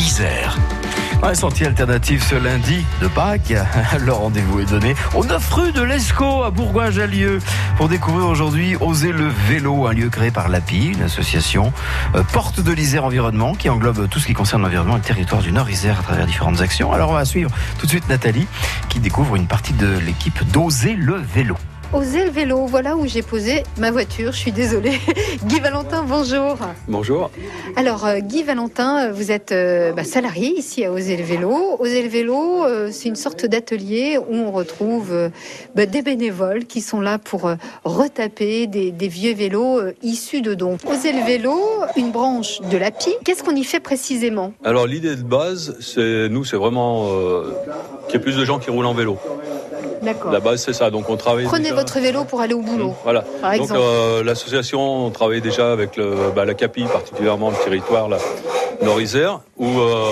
Isère. Un sentier alternatif ce lundi de Pâques. Le rendez-vous est donné au 9 rue de l'Escaut à Bourgoin-Jallieu pour découvrir aujourd'hui Oser le vélo, un lieu créé par l'API, une association Porte de l'Isère Environnement qui englobe tout ce qui concerne l'environnement et le territoire du Nord-Isère à travers différentes actions. Alors on va suivre tout de suite Nathalie qui découvre une partie de l'équipe d'Oser le vélo. Oser le vélo, voilà où j'ai posé ma voiture, je suis désolée. Guy Valentin, bonjour. Bonjour. Alors Guy Valentin, vous êtes salarié ici à Oser le vélo. Oser le vélo, c'est une sorte d'atelier où on retrouve des bénévoles qui sont là pour retaper des vieux vélos issus de dons. Oser le vélo, une branche de l'API, qu'est-ce qu'on y fait précisément ? Alors l'idée de base, c'est vraiment qu'il y ait plus de gens qui roulent en vélo. D'accord. La base, c'est ça. Donc on travaille. Prenez votre vélo pour aller au boulot. Voilà. Par exemple. Donc l'association, on travaille déjà avec la CAPI, particulièrement le territoire Nord-Isère, où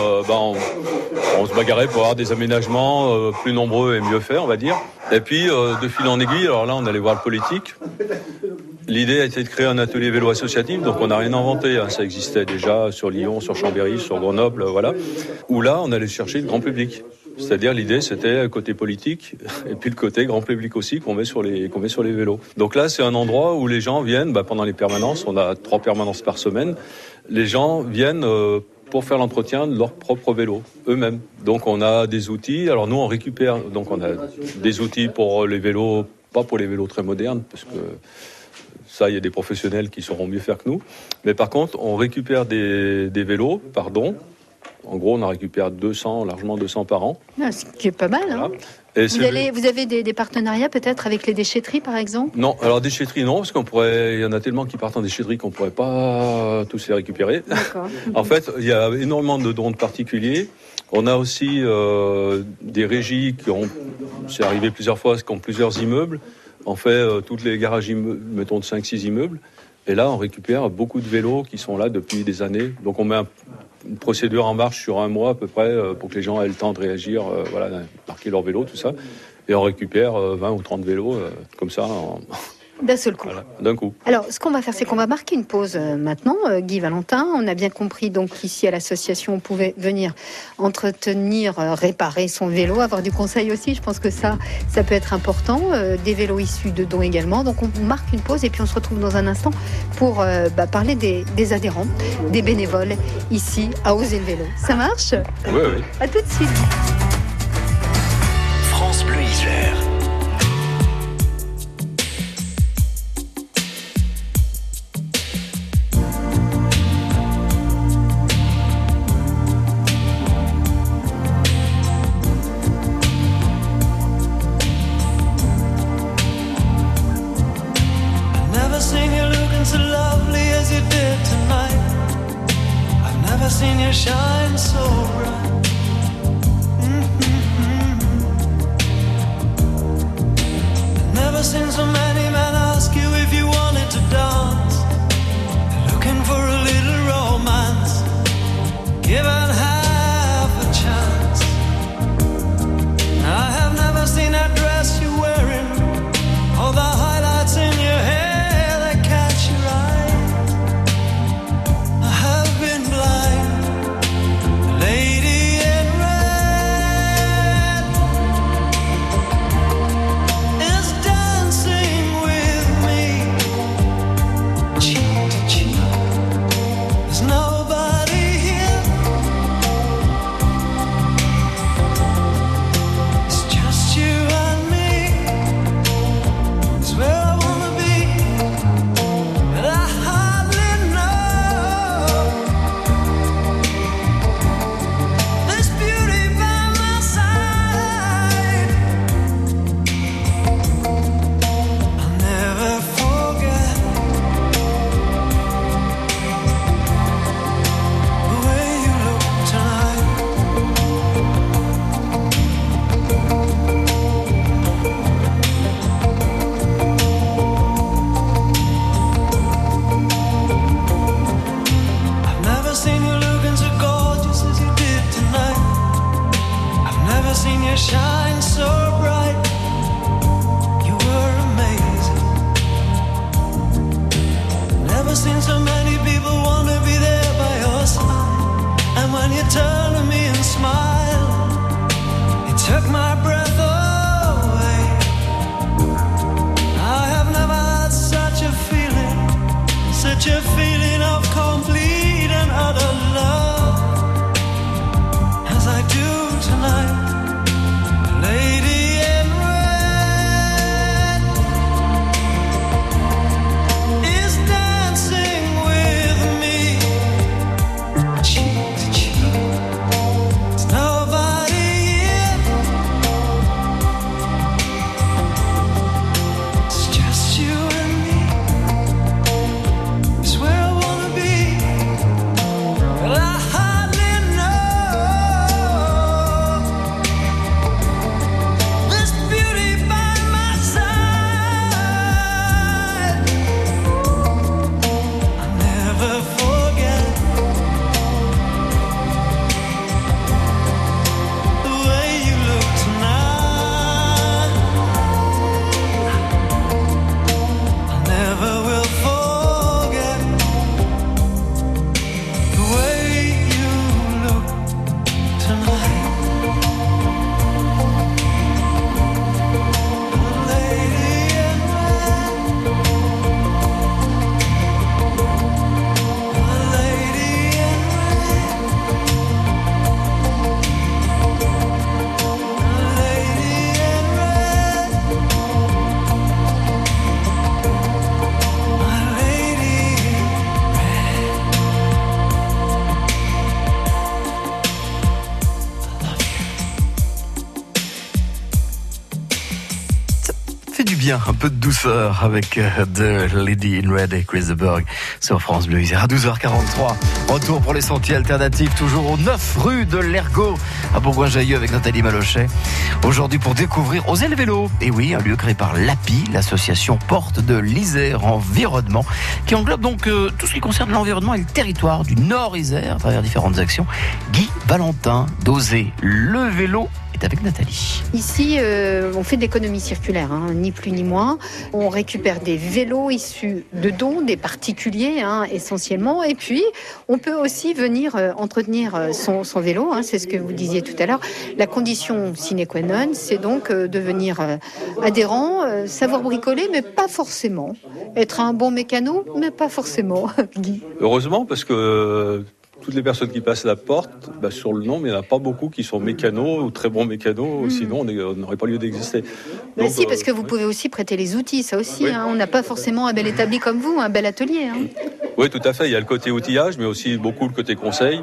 on se bagarrait pour avoir des aménagements plus nombreux et mieux faits, on va dire. Et puis de fil en aiguille, alors là, on allait voir le politique. L'idée a été de créer un atelier vélo associatif, donc on n'a rien inventé. Ça existait déjà sur Lyon, sur Chambéry, sur Grenoble, voilà. Où là, on allait chercher le grand public. C'est-à-dire l'idée c'était le côté politique et puis le côté grand public aussi qu'on met sur les vélos. Donc là c'est un endroit où les gens viennent pendant les permanences, on a 3 permanences par semaine. Les gens viennent pour faire l'entretien de leur propre vélo eux-mêmes. Donc on a des outils, alors nous on récupère, donc on a des outils pour les vélos, pas pour les vélos très modernes parce que ça il y a des professionnels qui sauront mieux faire que nous. Mais par contre on récupère des vélos par don. En gros, on en récupère largement 200 par an. Ce qui est pas mal. Voilà. Et vous avez des partenariats peut-être avec les déchetteries, par exemple ? Non, alors déchetteries, non, parce il y en a tellement qui partent en déchetterie qu'on ne pourrait pas tous les récupérer. D'accord. En fait, il y a énormément de dons de particuliers. On a aussi des régies c'est arrivé plusieurs fois, qui ont plusieurs immeubles. On fait toutes les garages immeubles, mettons de 5-6 immeubles. Et là, on récupère beaucoup de vélos qui sont là depuis des années. Donc on met une procédure en marche sur 1 mois à peu près pour que les gens aient le temps de réagir, marquer leur vélo, tout ça. Et on récupère 20 ou 30 vélos comme ça d'un seul coup. Voilà, d'un coup. Alors, ce qu'on va faire, c'est qu'on va marquer une pause maintenant, Guy Valentin. On a bien compris donc qu'ici à l'association, on pouvait venir entretenir, réparer son vélo, avoir du conseil aussi. Je pense que ça peut être important. Des vélos issus de dons également. Donc, on marque une pause et puis on se retrouve dans un instant pour parler des adhérents, des bénévoles ici à Oser le vélo. Ça marche ? Oui, oui. À tout de suite. France Bleu Isère. Seen you shine so bright. Never seen so many men ask you if you wanted to dance. Looking for a little romance, given half a chance. I have never seen that dress you're wearing, or the highlights in your hair that catch your eye. I have been blind. Lady in red is dancing with me, cheek to cheek. There's nobody here. It's just you and me. It's where I wanna be, but I hardly know. This beauty by my side, I'll never forget the way you look tonight. I've never seen you looking so gorgeous as you did tonight. I've never seen you shine so bright. You were amazing. Never seen so many people want to be there by your side. And when you turn bien, un peu de douceur avec The Lady in Red et Chris de Burgh sur France Bleu Isère à 12h43. Retour pour les sentiers alternatifs, toujours au 9 rue de l'Ergot à Bourgoin-Jallieu avec Nathalie Malochet. Aujourd'hui pour découvrir Oser le vélo. Et oui, un lieu créé par l'API, l'association Porte de l'Isère Environnement, qui englobe donc tout ce qui concerne l'environnement et le territoire du Nord-Isère à travers différentes actions. Guy Valentin d'Oser le vélo est avec Nathalie. Ici, on fait de l'économie circulaire, ni plus ni moins. On récupère des vélos issus de dons, des particuliers essentiellement. Et puis, on peut aussi venir entretenir son vélo. C'est ce que vous disiez tout à l'heure. La condition sine qua non, c'est donc devenir adhérent, savoir bricoler, mais pas forcément. Être un bon mécano, mais pas forcément. Guy. Heureusement, parce que toutes les personnes qui passent la porte, sur le nom, mais il n'y en a pas beaucoup qui sont mécanos ou très bons mécanos, sinon on n'aurait pas lieu d'exister. Donc, si, parce que vous pouvez aussi prêter les outils, ça aussi. Oui. On n'a pas forcément un bel établi comme vous, un bel atelier. Oui, tout à fait. Il y a le côté outillage, mais aussi beaucoup le côté conseil.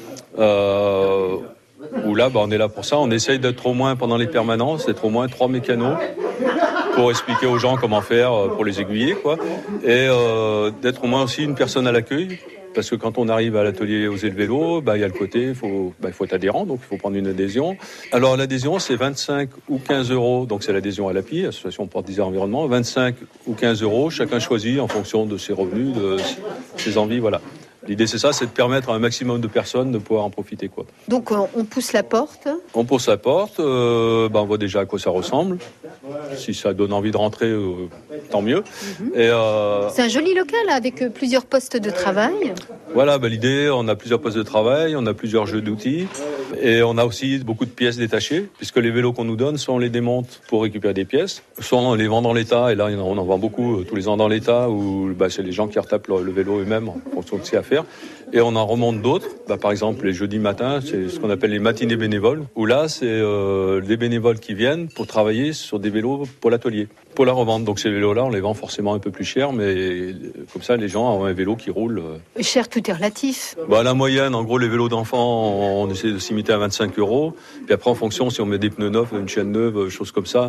Où là, on est là pour ça. On essaye d'être au moins, pendant les permanences, d'être au moins 3 mécanos pour expliquer aux gens comment faire pour les aiguiller, quoi. Et d'être au moins aussi une personne à l'accueil. Parce que quand on arrive à l'atelier Oser le vélo, il y a le côté, il faut être adhérent, donc il faut prendre une adhésion. Alors l'adhésion, c'est 25 ou 15 €, donc c'est l'adhésion à l'API, Association Porte d'Isère Environnement, 25 ou 15 €, chacun choisit en fonction de ses revenus, de ses envies, voilà. L'idée, c'est ça, c'est de permettre à un maximum de personnes de pouvoir en profiter, quoi. Donc, on pousse la porte. On pousse la porte, on voit déjà à quoi ça ressemble. Si ça donne envie de rentrer, tant mieux. Et, c'est un joli local avec plusieurs postes de travail. Voilà, l'idée, on a plusieurs postes de travail, on a plusieurs jeux d'outils. Et on a aussi beaucoup de pièces détachées, puisque les vélos qu'on nous donne, soit on les démonte pour récupérer des pièces, soit on les vend dans l'état, et là on en vend beaucoup tous les ans dans l'état, où c'est les gens qui retapent le vélo eux-mêmes en fonction de ce qu'il y a à faire. Et on en remonte d'autres, par exemple les jeudis matins, c'est ce qu'on appelle les matinées bénévoles, où là c'est des bénévoles qui viennent pour travailler sur des vélos pour l'atelier, pour la revente. Donc ces vélos-là, on les vend forcément un peu plus cher, mais comme ça les gens ont un vélo qui roule. Cher, tout est relatif. La moyenne, en gros, les vélos d'enfants, on essaie de s'imiter à 25 €. Puis après, en fonction, si on met des pneus neufs, une chaîne neuve, choses comme ça,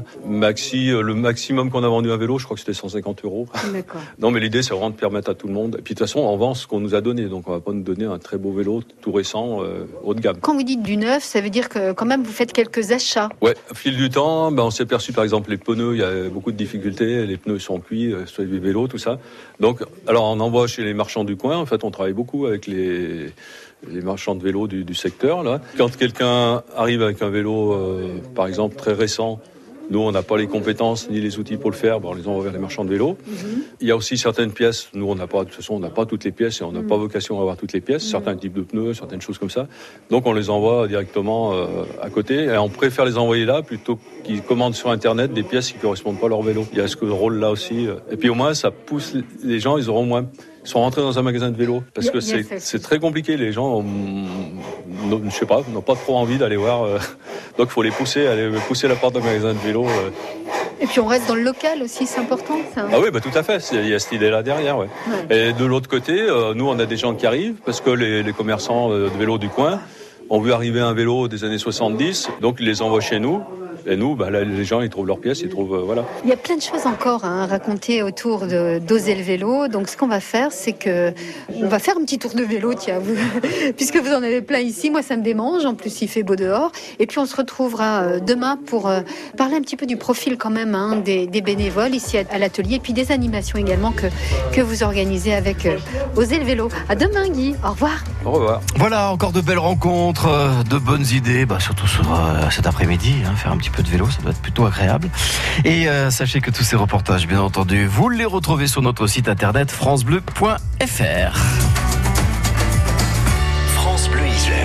le maximum qu'on a vendu un vélo, je crois que c'était 150 €. D'accord. Non, mais l'idée, c'est vraiment de permettre à tout le monde. Et puis de toute façon, on vend ce qu'on nous a donné, donc on va pas nous donner un très beau vélo tout récent, haut de gamme. Quand vous dites du neuf, ça veut dire que quand même vous faites quelques achats. Ouais, au fil du temps, on s'est perçu par exemple les pneus, il y a beaucoup de difficultés, les pneus sont cuits, soit les vélos, tout ça. Donc, alors on envoie chez les marchands du coin. En fait, on travaille beaucoup avec les marchands de vélos du secteur, là. Quand quelqu'un arrive avec un vélo, par exemple, très récent, nous, on n'a pas les compétences ni les outils pour le faire, on les envoie vers les marchands de vélos. Il y a aussi certaines pièces, nous, de toute façon, on n'a pas toutes les pièces et on n'a pas vocation à avoir toutes les pièces, certains types de pneus, certaines choses comme ça. Donc, on les envoie directement à côté et on préfère les envoyer là plutôt qu'ils commandent sur Internet des pièces qui ne correspondent pas à leur vélo. Il y a ce rôle-là aussi. Et puis, au moins, ça pousse les gens, ils auront moins... Ils sont rentrés dans un magasin de vélo parce que c'est très compliqué. Les gens, n'ont pas trop envie d'aller voir. Donc, il faut les pousser, aller pousser la porte d'un magasin de vélo. Et puis, on reste dans le local aussi, c'est important, ça. Ah oui, tout à fait. Il y a cette idée-là derrière, ouais. Et de l'autre côté, nous, on a des gens qui arrivent parce que les commerçants de vélos du coin ont vu arriver un vélo des années 70. Donc, ils les envoient chez nous. Et nous, là, les gens, ils trouvent leurs pièces, ils trouvent, voilà. Il y a plein de choses encore à raconter autour d'Oser le vélo. Donc, ce qu'on va faire, c'est que on va faire un petit tour de vélo, tiens, puisque vous en avez plein ici. Moi, ça me démange. En plus, il fait beau dehors. Et puis, on se retrouvera demain pour parler un petit peu du profil quand même des bénévoles ici à l'atelier, et puis des animations également que vous organisez avec Oser le vélo. À demain, Guy. Au revoir. Au revoir. Voilà, encore de belles rencontres, de bonnes idées, surtout sur cet après-midi, faire un petit peu de vélo, ça doit être plutôt agréable. Et sachez que tous ces reportages, bien entendu, vous les retrouvez sur notre site internet francebleu.fr.